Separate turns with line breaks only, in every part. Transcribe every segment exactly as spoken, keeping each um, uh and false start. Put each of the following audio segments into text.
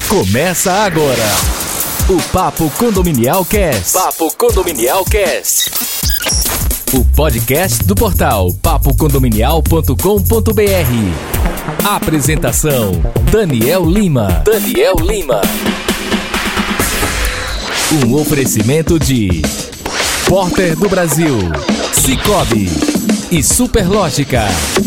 Começa agora o Papo Condominial Cast. Papo Condominial Cast. O podcast do portal papo condominial ponto com ponto br. Apresentação: Daniel Lima. Daniel Lima. Um oferecimento de Porter do Brasil, Sicoob e Superlógica.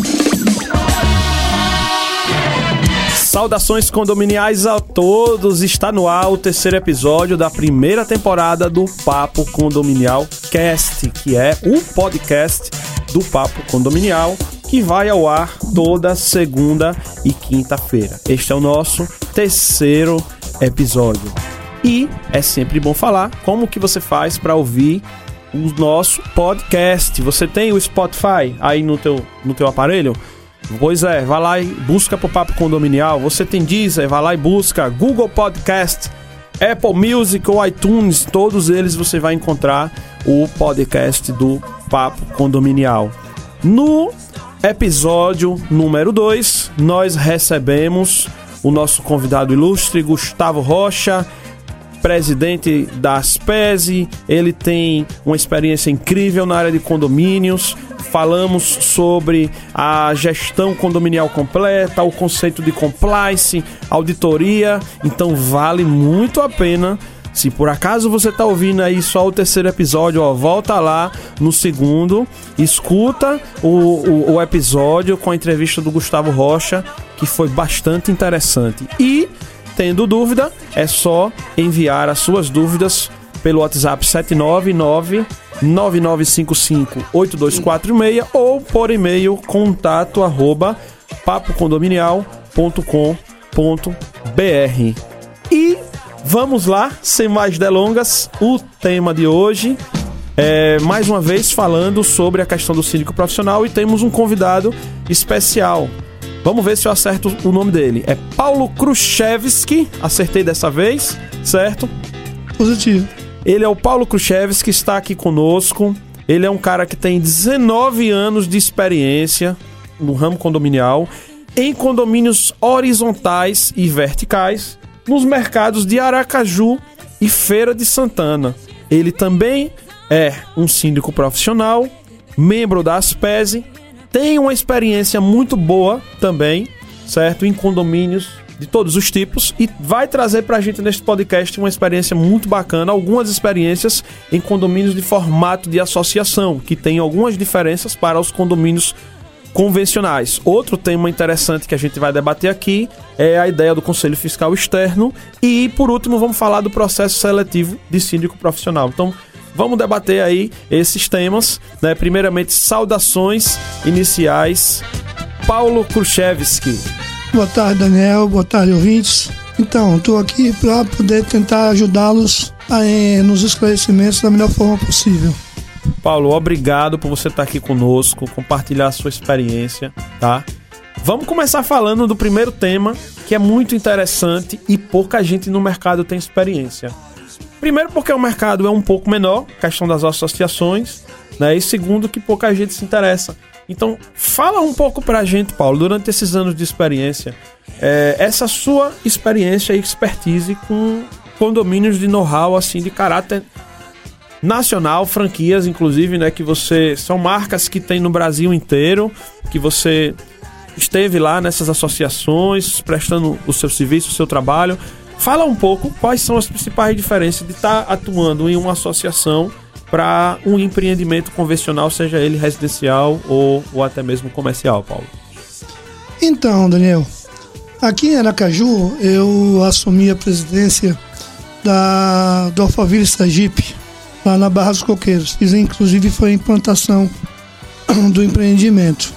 Saudações condominiais a todos, está no ar o terceiro episódio da primeira temporada do Papo Condominial Cast, que é o podcast do Papo Condominial, que vai ao ar toda segunda e quinta-feira. Este é o nosso terceiro episódio. E é sempre bom falar como que você faz para ouvir o nosso podcast. Você tem o Spotify aí no teu, no teu aparelho? Pois é, vai lá e busca pro Papo Condominial. Você tem Deezer, vai lá e busca Google Podcast, Apple Music ou iTunes. Todos eles você vai encontrar o podcast do Papo Condominial. No episódio número dois, nós recebemos o nosso convidado ilustre, Gustavo Rocha, presidente da Aspesi. Ele tem uma experiência incrível na área de condomínios. Falamos sobre a gestão condominial completa, o conceito de compliance, auditoria. Então vale muito a pena. Se por acaso você está ouvindo aí só o terceiro episódio, ó, volta lá no segundo, escuta o, o, o episódio com a entrevista do Gustavo Rocha, que foi bastante interessante. E, tendo dúvida, é só enviar as suas dúvidas pelo WhatsApp sete nove nove, nove nove cinco cinco, oito dois quatro seis ou por e-mail contato arroba papo condominial ponto com ponto br. E vamos lá, sem mais delongas, o tema de hoje é mais uma vez falando sobre a questão do síndico profissional e temos um convidado especial. Vamos ver se eu acerto o nome dele. É Paulo Kruszewski, acertei dessa vez, certo?
Positivo.
Ele é o Paulo Kruszewski, que está aqui conosco. Ele é um cara que tem dezenove anos de experiência no ramo condominial, em condomínios horizontais e verticais, nos mercados de Aracaju e Feira de Santana. Ele também é um síndico profissional, membro da Aspesi, tem uma experiência muito boa também, certo? Em condomínios de todos os tipos, e vai trazer pra gente neste podcast uma experiência muito bacana, algumas experiências em condomínios de formato de associação, que tem algumas diferenças para os condomínios convencionais. Outro tema interessante que a gente vai debater aqui é a ideia do Conselho Fiscal Externo e, por último, vamos falar do processo seletivo de síndico profissional. Então, vamos debater aí esses temas, né? Primeiramente, saudações iniciais. Paulo Kruszewski.
Boa tarde, Daniel. Boa tarde, ouvintes. Então, estou aqui para poder tentar ajudá-los a, eh, nos esclarecimentos da melhor forma possível.
Paulo, obrigado por você estar aqui conosco, compartilhar a sua experiência, tá? Vamos começar falando do primeiro tema, que é muito interessante e pouca gente no mercado tem experiência. Primeiro porque o mercado é um pouco menor, questão das associações, né? E segundo que pouca gente se interessa. Então, fala um pouco pra gente, Paulo, durante esses anos de experiência, é, essa sua experiência e expertise com condomínios de know-how, assim, de caráter nacional, franquias, inclusive, né, que você, são marcas que tem no Brasil inteiro, que você esteve lá nessas associações, prestando o seu serviço, o seu trabalho. Fala um pouco quais são as principais diferenças de estar atuando em uma associação para um empreendimento convencional, seja ele residencial ou, ou até mesmo comercial, Paulo.
Então, Daniel, aqui em Aracaju eu assumi a presidência da, do Alphaville Sergipe, lá na Barra dos Coqueiros. Isso, inclusive, foi a implantação do empreendimento.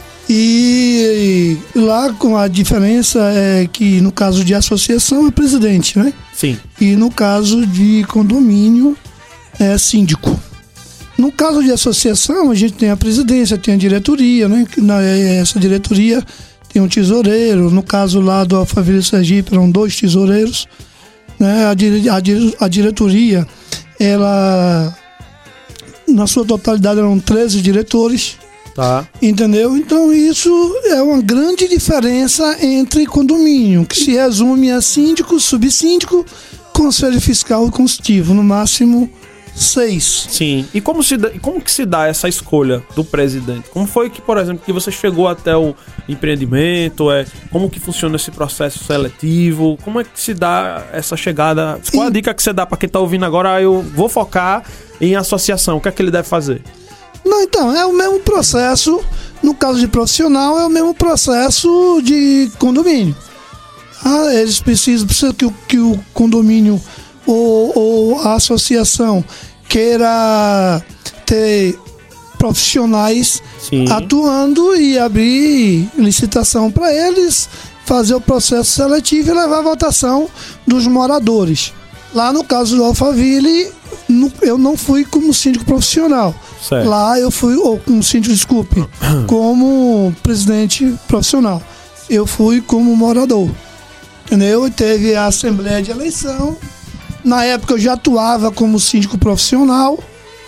E lá com a diferença é que no caso de associação é presidente, né?
Sim.
E no caso de condomínio é síndico. No caso de associação, a gente tem a presidência, tem a diretoria, né? Essa diretoria tem um tesoureiro. No caso lá do Alphaville Sergipe, eram dois tesoureiros, né? A, dire, a, dire, a diretoria, ela, na sua totalidade, eram treze diretores.
Tá.
Entendeu? Então isso é uma grande diferença entre condomínio, que se resume a síndico, subsíndico, conselho fiscal e consultivo, no máximo seis.
Sim. E como, se dá, como que se dá essa escolha do presidente? Como foi que, por exemplo, que você chegou até o empreendimento? É, como que funciona esse processo seletivo? Como é que se dá essa chegada? Qual a dica que você dá para quem tá ouvindo agora? Ah, eu vou focar em associação. O que é que ele deve fazer?
Não, então, é o mesmo processo, no caso de profissional, é o mesmo processo de condomínio. Ah, eles precisam, precisam que, o, que o condomínio ou, ou a associação queira ter profissionais Sim. atuando e abrir licitação para eles, fazer o processo seletivo e levar a votação dos moradores. Lá no caso do Alphaville, eu não fui como síndico profissional.
Certo.
Lá eu fui, ou como síndico, desculpe, como presidente profissional. Eu fui como morador. Entendeu? E teve a assembleia de eleição. Na época eu já atuava como síndico profissional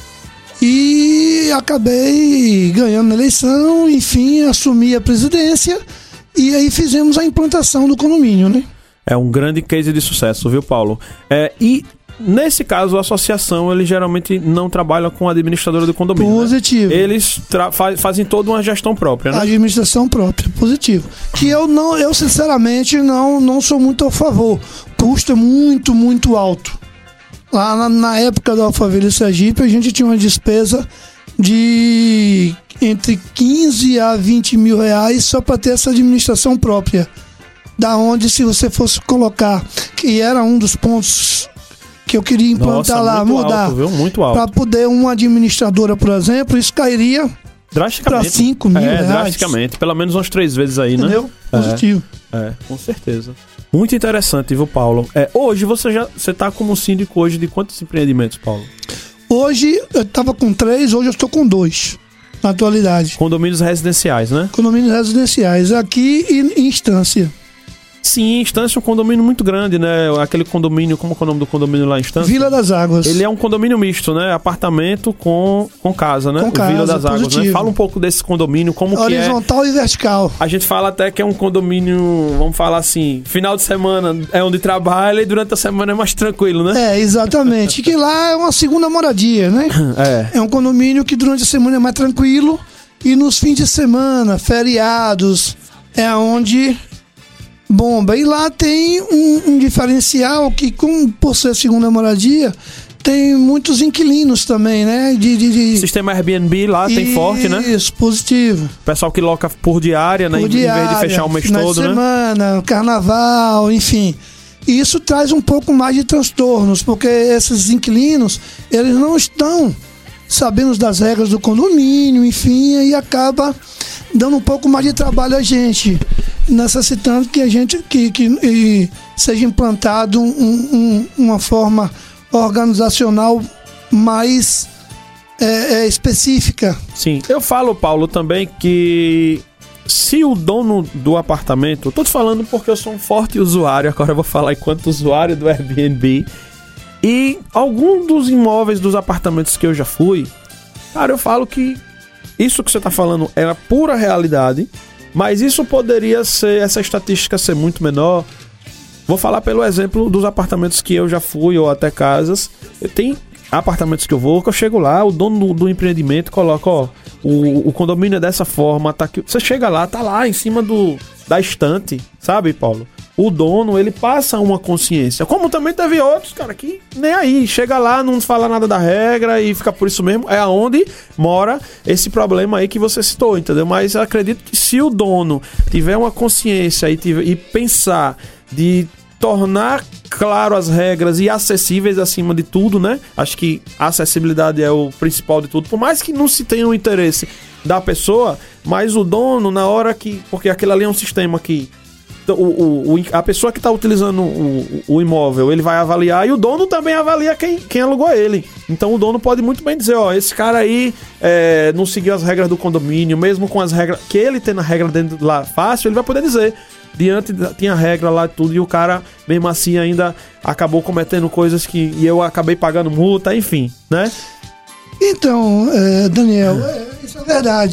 e acabei ganhando a eleição, enfim, assumi a presidência e aí fizemos a implantação do condomínio, né?
É um grande case de sucesso, viu, Paulo? É, e nesse caso, a associação, ele geralmente não trabalha com a administradora do condomínio.
Positivo.
Né? Eles tra- faz, fazem toda uma gestão própria, né?
Administração própria, positivo. Que eu, não, eu sinceramente, não, não sou muito a favor. O custo é muito, muito alto. Lá na, na época do Alphaville Sergipe, a gente tinha uma despesa de entre quinze a vinte mil reais só para ter essa administração própria. Da onde, se você fosse colocar, que era um dos pontos que eu queria implantar Nossa, lá,
muito
mudar,
alto, viu? Muito alto.
Para poder uma administradora, por exemplo, isso cairia para cinco mil
é,
reais.
Drasticamente, pelo menos umas três vezes aí,
Entendeu?
né?
Positivo.
É, é, com certeza. Muito interessante, viu, Paulo? É, hoje você já você tá como síndico hoje de quantos empreendimentos, Paulo?
Hoje eu estava com três, hoje eu estou com dois, na atualidade.
Condomínios residenciais, né?
Condomínios residenciais, aqui e em Instância.
Sim, Instância é um condomínio muito grande, né? Aquele condomínio, como é o nome do condomínio lá em Instância?
Vila das Águas.
Ele é um condomínio misto, né? Apartamento com, com casa, né?
Com casa,
Vila das Águas,
positivo.
né? Fala um pouco desse condomínio, como que é.
Horizontal e vertical.
A gente fala até que é um condomínio, vamos falar assim, final de semana é onde trabalha e durante a semana é mais tranquilo, né?
É, exatamente. Que lá é uma segunda moradia, né?
É.
É um condomínio que durante a semana é mais tranquilo e nos fins de semana, feriados, é onde bomba. E lá tem um, um diferencial que, com, por ser segunda moradia, tem muitos inquilinos também, né? De, de, de...
Sistema Airbnb lá
Isso,
tem forte, né?
Isso, positivo.
Pessoal que loca por diária, né?
Por
em
diária,
vez de fechar o mês
final
todo,
de
né?
semana, carnaval, enfim. E isso traz um pouco mais de transtornos, porque esses inquilinos, eles não estão sabendo das regras do condomínio, enfim, e acaba dando um pouco mais de trabalho a gente, necessitando que a gente que, que e seja implantado um, um, uma forma organizacional mais é, é, específica.
Sim, eu falo, Paulo, também que se o dono do apartamento, eu tô te falando porque eu sou um forte usuário, agora eu vou falar enquanto usuário do Airbnb, e algum dos imóveis dos apartamentos que eu já fui, cara, eu falo que isso que você tá falando é a pura realidade, mas isso poderia ser, essa estatística ser muito menor. Vou falar pelo exemplo dos apartamentos que eu já fui, ou até casas. Eu tenho apartamentos que eu vou, que eu chego lá, o dono do, do empreendimento coloca, ó, o, o condomínio é dessa forma, tá aqui. Você chega lá, tá lá em cima do, da estante, sabe, Paulo? O dono, ele passa uma consciência. Como também teve outros, cara, que nem aí. Chega lá, não fala nada da regra e fica por isso mesmo. É aonde mora esse problema aí que você citou, entendeu? Mas eu acredito que se o dono tiver uma consciência e, tiver, e pensar de tornar claro as regras e acessíveis acima de tudo, né? Acho que a acessibilidade é o principal de tudo. Por mais que não se tenha o interesse da pessoa, mas o dono, na hora que... Porque aquele ali é um sistema que... O, o, o, a pessoa que está utilizando o, o imóvel, ele vai avaliar, e o dono também avalia quem, quem alugou ele. Então o dono pode muito bem dizer, ó, esse cara aí é, não seguiu as regras do condomínio, mesmo com as regras que ele tem na regra dentro lá fácil, ele vai poder dizer, diante tinha regra lá e tudo, e o cara mesmo assim ainda acabou cometendo coisas que e eu acabei pagando multa, enfim, né?
Então, é, Daniel, é, isso é verdade.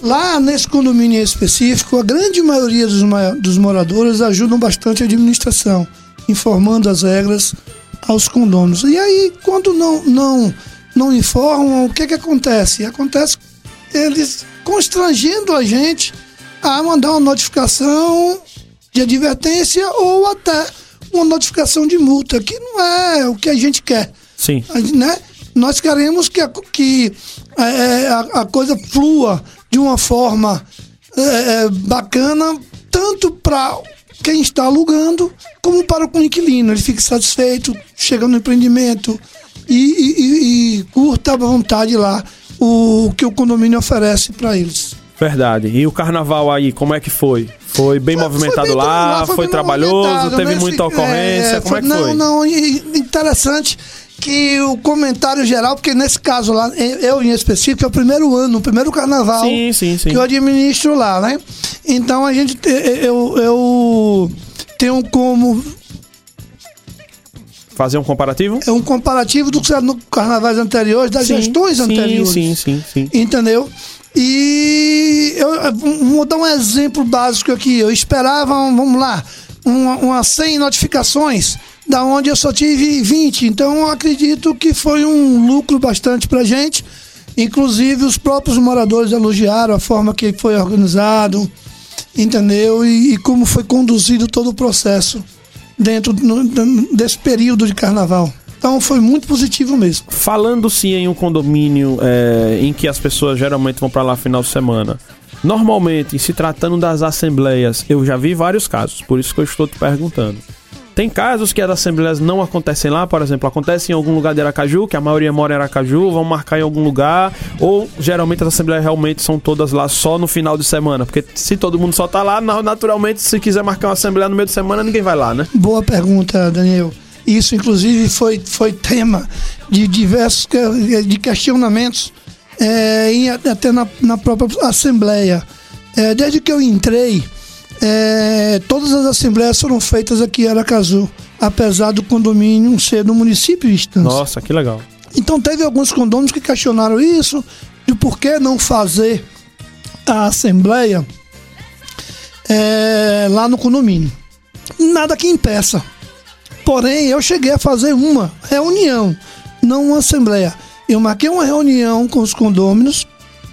Lá nesse condomínio específico, a grande maioria dos, dos moradores ajudam bastante a administração, informando as regras aos condôminos. E aí, quando não, não, não informam, o que que acontece? Acontece eles constrangendo a gente a mandar uma notificação de advertência ou até uma notificação de multa, que não é o que a gente quer.
Sim.
Né? Nós queremos que a, que, é, a, a coisa flua de uma forma é, bacana, tanto para quem está alugando, como para o inquilino. Ele fique satisfeito, chega no empreendimento e, e, e, e curta à vontade lá o que o condomínio oferece para eles.
Verdade. E o carnaval aí, como é que foi? Foi bem foi, movimentado foi bem, lá, lá? Foi, foi trabalhoso? Teve muita ocorrência? É, como foi, é que
não,
foi?
Não, interessante que o comentário geral, porque nesse caso lá, eu em específico, é o primeiro ano, o primeiro carnaval
sim, sim, sim.
que eu administro lá, né? Então a gente, eu, eu tenho como...
Fazer um comparativo?
É um comparativo do que no carnavais anteriores, das sim, gestões
sim,
anteriores.
Sim, sim, sim.
Entendeu? E eu vou dar um exemplo básico aqui. Eu esperava, vamos lá, uma, uma cem notificações, da onde eu só tive vinte. Então eu acredito que foi um lucro bastante pra gente. Inclusive os próprios moradores elogiaram a forma que foi organizado, entendeu? E, e como foi conduzido todo o processo dentro no, desse período de carnaval. Então foi muito positivo mesmo.
Falando-se em um condomínio é, em que as pessoas geralmente vão para lá final de semana, normalmente, se tratando das assembleias, eu já vi vários casos, por isso que eu estou te perguntando. Tem casos que as assembleias não acontecem lá, por exemplo, acontecem em algum lugar de Aracaju, que a maioria mora em Aracaju, vão marcar em algum lugar, ou geralmente as assembleias realmente são todas lá só no final de semana, porque se todo mundo só tá lá, naturalmente, se quiser marcar uma assembleia no meio de semana, ninguém vai lá, né?
Boa pergunta, Daniel. Isso, inclusive, foi, foi tema de diversos de questionamentos é, em, até na, na própria Assembleia. É, desde que eu entrei, é, todas as assembleias foram feitas aqui em Aracaju, apesar do condomínio ser do município de Estância.
Nossa, que legal.
Então, teve alguns condôminos que questionaram isso, de por que não fazer a Assembleia é, lá no condomínio. Nada que impeça. Porém, eu cheguei a fazer uma reunião, não uma assembleia. Eu marquei uma reunião com os condôminos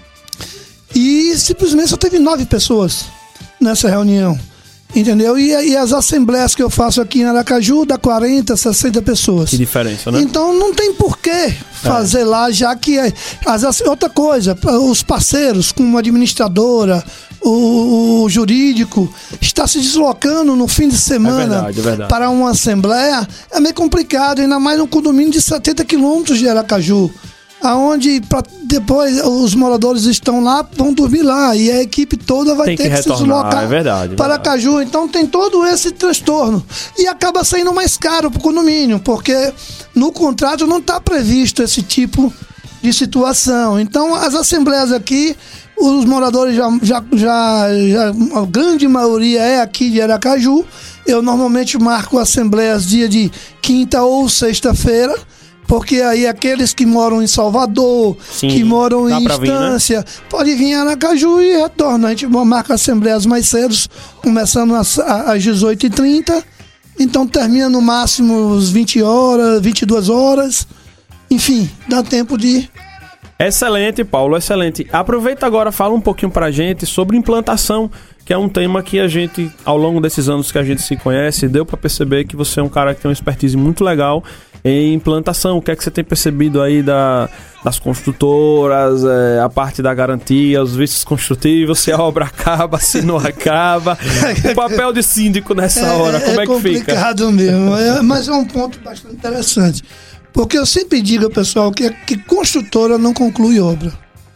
e simplesmente só teve nove pessoas nessa reunião, entendeu? E, e as assembleias que eu faço aqui em Aracaju dá quarenta, sessenta pessoas.
Que diferença, né?
Então não tem porquê fazer é. lá, já que as, outra coisa, os parceiros como a administradora, o, o jurídico está se deslocando no fim de semana
é verdade, é verdade.
para uma assembleia, é meio complicado, ainda mais num condomínio de setenta quilômetros de Aracaju, aonde pra depois os moradores estão lá, vão dormir lá e a equipe toda vai
tem
ter
que,
que
retornar,
se deslocar
é verdade,
para
verdade.
Aracaju. Então tem todo esse transtorno e acaba saindo mais caro para o condomínio, porque no contrato não está previsto esse tipo de situação. Então as assembleias aqui, os moradores já, já, já, já a grande maioria é aqui de Aracaju. Eu normalmente marco assembleias dia de quinta ou sexta-feira, porque aí aqueles que moram em Salvador, sim, que moram em Estância, vir, né? Pode vir em Aracaju e retorna. A gente marca assembleias mais cedo, começando às, às dezoito e trinta, então termina no máximo às vinte horas, vinte e duas horas, enfim, dá tempo de...
Excelente, Paulo, excelente. Aproveita agora, fala um pouquinho pra gente sobre implantação, que é um tema que a gente, ao longo desses anos que a gente se conhece, deu pra perceber que você é um cara que tem uma expertise muito legal em implantação. O que é que você tem percebido aí da, das construtoras, é, a parte da garantia, os vícios construtivos, se a obra acaba, se não acaba, o papel de síndico nessa é, hora, como é, é que fica? É
complicado mesmo, é, mas é um ponto bastante interessante. Porque eu sempre digo ao pessoal que, que construtora não conclui obra.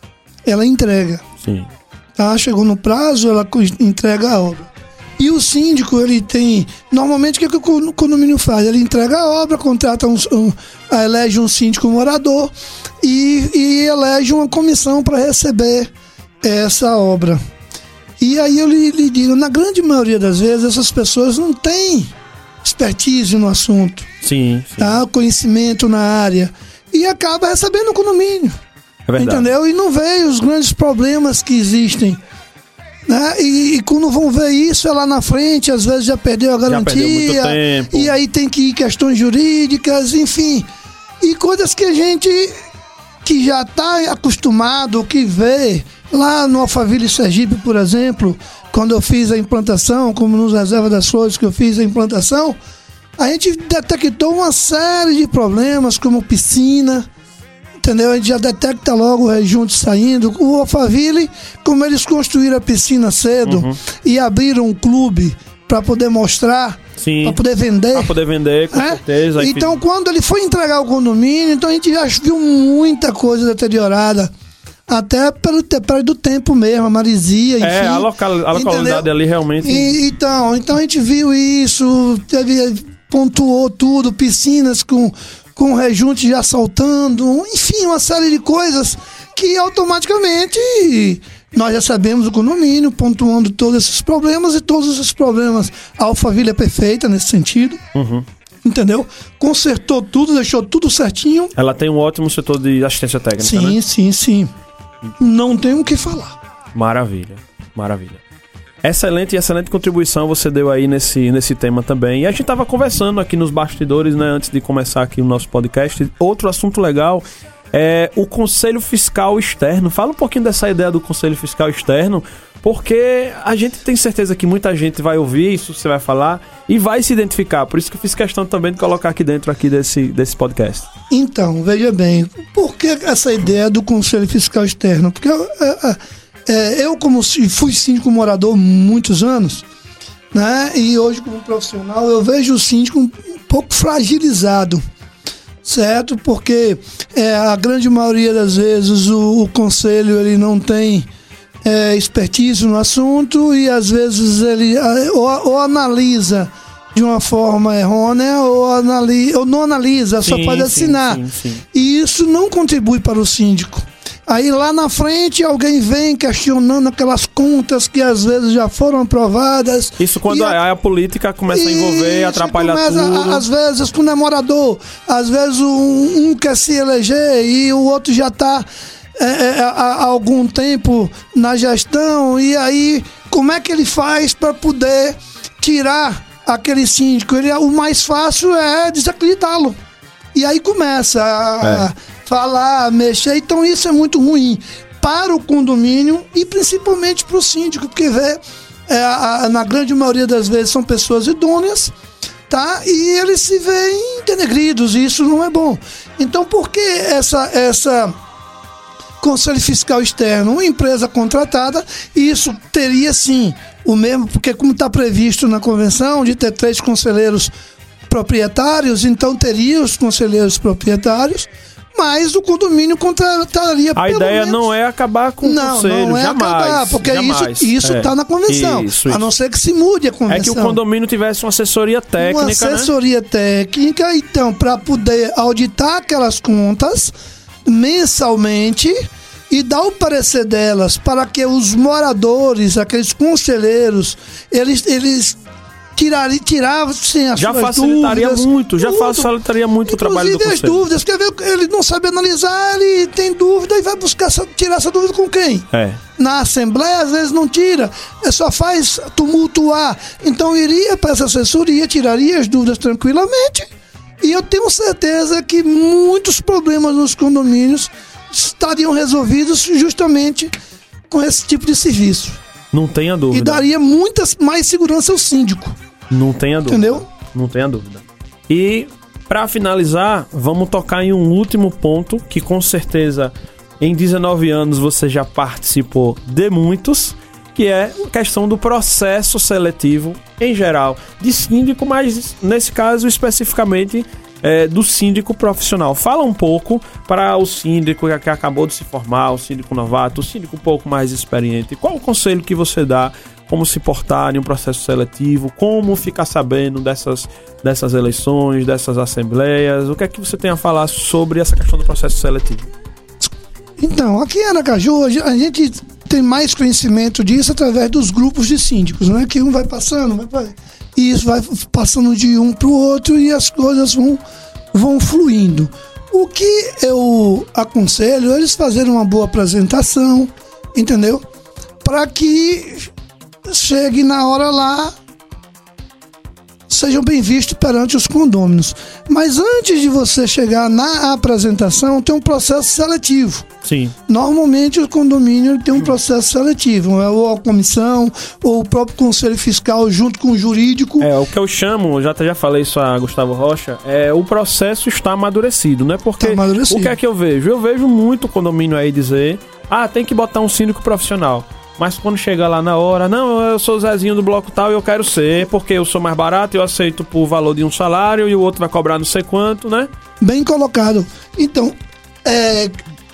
Ela entrega.
Sim.
Tá? Chegou no prazo, ela entrega a obra. E o síndico, ele tem... Normalmente, o que, que o condomínio faz? Ele entrega a obra, contrata um, um, elege um síndico morador e, e elege uma comissão para receber essa obra. E aí eu lhe, lhe digo, na grande maioria das vezes, essas pessoas não têm expertise no assunto.
Sim, sim.
Tá? Conhecimento na área. E acaba recebendo o condomínio.
É verdade.
Entendeu? E não vê os grandes problemas que existem. Né? E, e quando vão ver isso é lá na frente, às vezes já perdeu a garantia.
Já perdeu muito tempo.
E aí tem que ir questões jurídicas, enfim. E coisas que a gente que já está acostumado, que vê lá no Alphaville Sergipe, por exemplo, quando eu fiz a implantação, como nos Reserva das Flores que eu fiz a implantação, a gente detectou uma série de problemas, como piscina. Entendeu? A gente já detecta logo o rejunte saindo. O Alphaville, como eles construíram a piscina cedo uhum. e abriram um clube para poder mostrar, para poder vender.
Para poder vender, com é? certeza.
Então, quando ele foi entregar o condomínio, então a gente já viu muita coisa deteriorada. Até pelo pelo do tempo mesmo, a marisia, enfim.
É, a, local, a localidade entendeu? ali realmente...
E, então, então a gente viu isso, teve, pontuou tudo, piscinas com... com rejunte já saltando, enfim, uma série de coisas que automaticamente nós já sabemos o condomínio, pontuando todos esses problemas e todos esses problemas. A Alphaville é perfeita nesse sentido, uhum. entendeu? Consertou tudo, deixou tudo certinho.
Ela tem um ótimo setor de assistência técnica,
sim,
né?
Sim, sim, sim. Não tem o que falar.
Maravilha, maravilha. Excelente, excelente contribuição você deu aí nesse, nesse tema também. E a gente estava conversando aqui nos bastidores, né, antes de começar aqui o nosso podcast. Outro assunto legal é o Conselho Fiscal Externo. Fala um pouquinho dessa ideia do Conselho Fiscal Externo, porque a gente tem certeza que muita gente vai ouvir isso que você vai falar e vai se identificar. Por isso que eu fiz questão também de colocar aqui dentro aqui desse, desse podcast.
Então, veja bem, por que essa ideia do Conselho Fiscal Externo? Porque... É, é, É, eu, como fui síndico morador muitos anos, né, e hoje como profissional, eu vejo o síndico um, um pouco fragilizado, certo? Porque é, a grande maioria das vezes o, o conselho ele não tem é, expertise no assunto e às vezes ele ou, ou analisa de uma forma errônea ou, analisa, ou não analisa, sim, só pode assinar. Sim, sim, sim. E isso não contribui para o síndico. Aí lá na frente alguém vem questionando aquelas contas que às vezes já foram aprovadas.
Isso quando a, a política começa a envolver, atrapalhar tudo.
Às vezes quando é morador, às vezes um, um quer se eleger e o outro já está é, é, há, há algum tempo na gestão. E aí como é que ele faz para poder tirar aquele síndico? Ele, o mais fácil é desacreditá-lo. E aí começa a... É. falar, mexer, então isso é muito ruim para o condomínio e principalmente para o síndico, porque vê, é, a, na grande maioria das vezes são pessoas idôneas, tá? E eles se veem denegridos e isso não é bom. Então por que essa, essa Conselho Fiscal Externo, uma empresa contratada, isso teria sim o mesmo, porque como está previsto na convenção de ter três conselheiros proprietários, então teria os conselheiros proprietários, mas o condomínio contrataria
a
pelo
ideia
menos...
não é acabar com
não,
o conselho,
não é
jamais. Acabar,
porque
jamais.
isso está é. na convenção, isso, isso. a não ser que se mude a convenção.
É que o condomínio tivesse uma assessoria técnica,
Uma assessoria né? técnica, então, para poder auditar aquelas contas mensalmente e dar o parecer delas para que os moradores, aqueles conselheiros, eles... eles Tirar, tirar sim, as
já
suas
facilitaria
dúvidas,
muito, já
tudo.
facilitaria muito o trabalho do conselho.
Inclusive as dúvidas, quer ver, ele não sabe analisar, ele tem dúvida e vai buscar tirar essa dúvida com quem?
É.
Na Assembleia às vezes não tira, só faz tumultuar. Então iria para essa assessoria, tiraria as dúvidas tranquilamente e eu tenho certeza que muitos problemas nos condomínios estariam resolvidos justamente com esse tipo de serviço.
Não tenha dúvida.
E daria muita mais segurança ao síndico.
Não tenha dúvida.
Entendeu?
Não tenha dúvida. E, para finalizar, vamos tocar em um último ponto, que com certeza, em dezenove anos, você já participou de muitos, que é a questão do processo seletivo, em geral, de síndico, mas, nesse caso, especificamente, é, do síndico profissional. Fala um pouco para o síndico que acabou de se formar, o síndico novato, o síndico um pouco mais experiente. Qual o conselho que você dá, como se portar em um processo seletivo, como ficar sabendo dessas, dessas eleições, dessas assembleias? O que é que você tem a falar sobre essa questão do processo seletivo?
Então, aqui em Aracaju, a gente tem mais conhecimento disso através dos grupos de síndicos, né? Que um vai passando, vai, e isso vai passando de um para o outro e as coisas vão, vão fluindo. O que eu aconselho é eles fazerem uma boa apresentação, entendeu? Para que chegue na hora lá, sejam bem vistos perante os condôminos. Mas antes de você chegar na apresentação, tem um processo seletivo.
Sim.
Normalmente o condomínio tem um processo seletivo, ou a comissão, ou o próprio conselho fiscal junto com o jurídico.
É, o que eu chamo, já, já falei isso a Gustavo Rocha, é o processo está amadurecido, né? Porque
tá amadurecido.
O que é que eu vejo? Eu vejo muito condomínio aí dizer, ah, tem que botar um síndico profissional. Mas quando chega lá na hora, não, eu sou o Zezinho do bloco tal e eu quero ser, porque eu sou mais barato, eu aceito por valor de um salário e o outro vai cobrar não sei quanto, né?
Bem colocado. Então, é...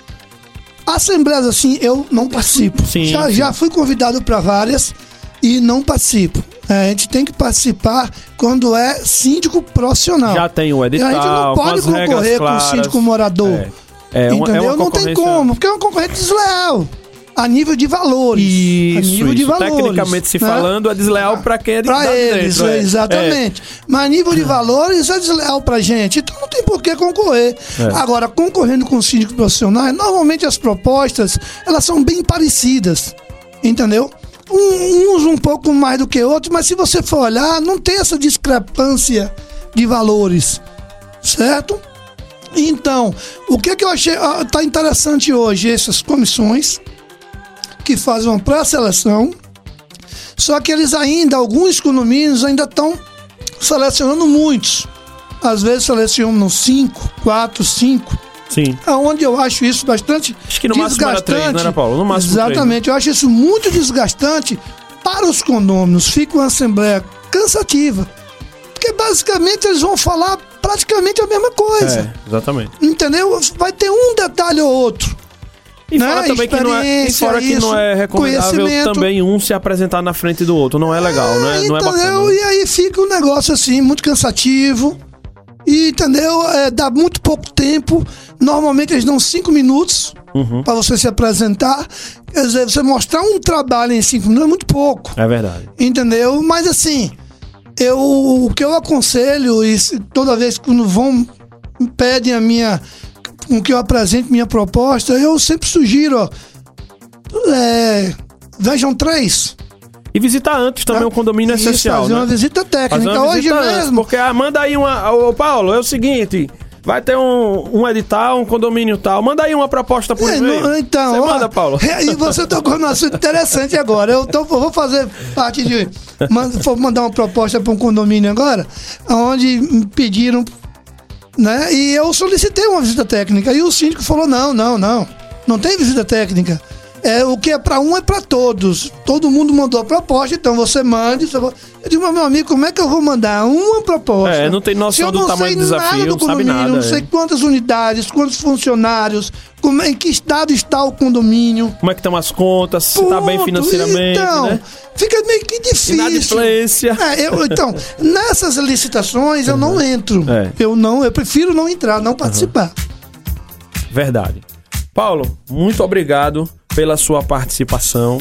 assembleias assim, eu não participo.
Sim,
já,
sim.
já fui convidado para várias e não participo. É, a gente tem que participar quando é síndico profissional.
Já tem o edital,
a gente não pode concorrer com o síndico morador.
É, é uma,
entendeu?
é uma
não tem como, porque é uma concorrente desleal. A nível de valores.
Isso,
a nível
isso.
de valores,
Tecnicamente se
né?
falando, é desleal para quem é de
Para eles,
dentro, é.
exatamente. É. Mas a nível de valores é desleal pra gente. Então não tem por que concorrer. É. Agora, concorrendo com síndicos profissionais, normalmente as propostas, elas são bem parecidas. Entendeu? Um, uns um pouco mais do que outros, mas se você for olhar, não tem essa discrepância de valores. Certo? Então, o que, que eu achei ah, tá interessante hoje, essas comissões que fazem uma pré-seleção, só que eles ainda, alguns condomínios ainda estão selecionando muitos. Às vezes selecionam cinco, quatro, cinco.
Sim.
Onde eu acho isso bastante
acho que no
desgastante.
Máximo era três, não era, Paulo? No máximo
exatamente, três, né? Eu acho isso muito desgastante para os condôminos. Fica uma assembleia cansativa. Porque basicamente eles vão falar praticamente a mesma coisa.
É, exatamente.
Entendeu? Vai ter um detalhe ou outro.
E fora, né? também que não é, e fora que não é recomendável também um se apresentar na frente do outro. Não é legal, é, né? Não é bacana.
E aí fica um negócio assim, muito cansativo. E, entendeu? É, dá muito pouco tempo. Normalmente eles dão cinco minutos uhum. para você se apresentar. Quer dizer, você mostrar um trabalho em cinco minutos é muito pouco.
É verdade.
Entendeu? Mas assim, eu, o que eu aconselho, e toda vez que vão, pedem a minha... com que eu apresente minha proposta, eu sempre sugiro, ó, é, vejam três.
E visitar antes também o um condomínio é
Isso,
essencial,
fazer
né?
uma visita técnica.
Uma
Hoje
visita
mesmo.
Antes, porque ah, manda aí uma... Ô, Paulo, é o seguinte... Vai ter um, um edital, um condomínio tal. Manda aí uma proposta por
é,
e-mail.
Não, então,
você
ó,
manda, Paulo.
E você tocou num assunto interessante agora. Eu tô, vou fazer parte de... Vou mandar uma proposta para um condomínio agora, onde me pediram... Né? E eu solicitei uma visita técnica. E o síndico falou, não, não, não. Não tem visita técnica. É, o que é para um é para todos. Todo mundo mandou a proposta, então você mande. Você... Eu digo, mas meu amigo, como é que eu vou mandar uma proposta?
É, não tem noção do tamanho do desafio, não sabe nada.
Não sei quantas unidades, quantos funcionários, como, em que estado está o condomínio.
Como é que estão as contas, se está bem financeiramente,
então,
né?
Fica meio que difícil.
Inadimplência.
É, eu, então, nessas licitações eu não entro. É. Eu não, eu prefiro não entrar, não participar.
Uhum. Verdade. Paulo, muito obrigado pela sua participação.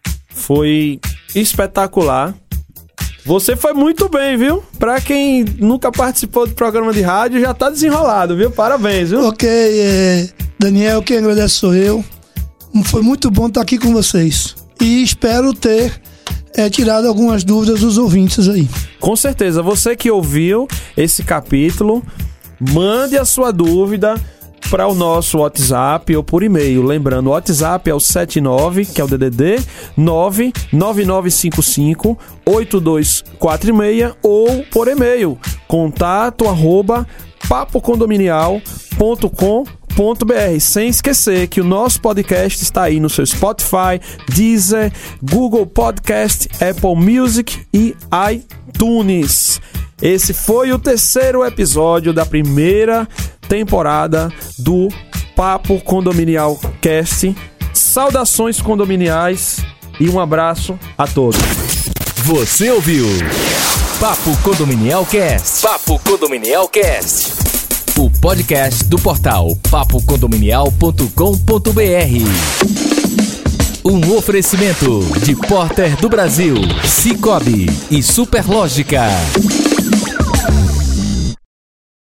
Foi espetacular. Você foi muito bem, viu? Pra quem nunca participou do programa de rádio, já tá desenrolado, viu? Parabéns, viu?
Ok, é, Daniel, quem agradece sou eu. Foi muito bom estar aqui com vocês. E espero ter é, tirado algumas dúvidas dos ouvintes aí.
Com certeza. Você que ouviu esse capítulo, mande a sua dúvida para o nosso WhatsApp ou por e-mail. Lembrando, o WhatsApp é o setenta e nove, que é o D D D, nove nove nove cinco cinco oito dois quatro seis, ou por e-mail, contato arroba papocondominial ponto com ponto b r. Sem esquecer que o nosso podcast está aí no seu Spotify, Deezer, Google Podcast, Apple Music e iTunes. Esse foi o terceiro episódio da primeira temporada do Papo Condominial Cast. Saudações condominiais e um abraço a todos.
Você ouviu Papo Condominial Cast. Papo Condominial Cast. O podcast do portal papo condominial ponto com ponto b r. Um oferecimento de Porter do Brasil, Cicobi e Superlógica.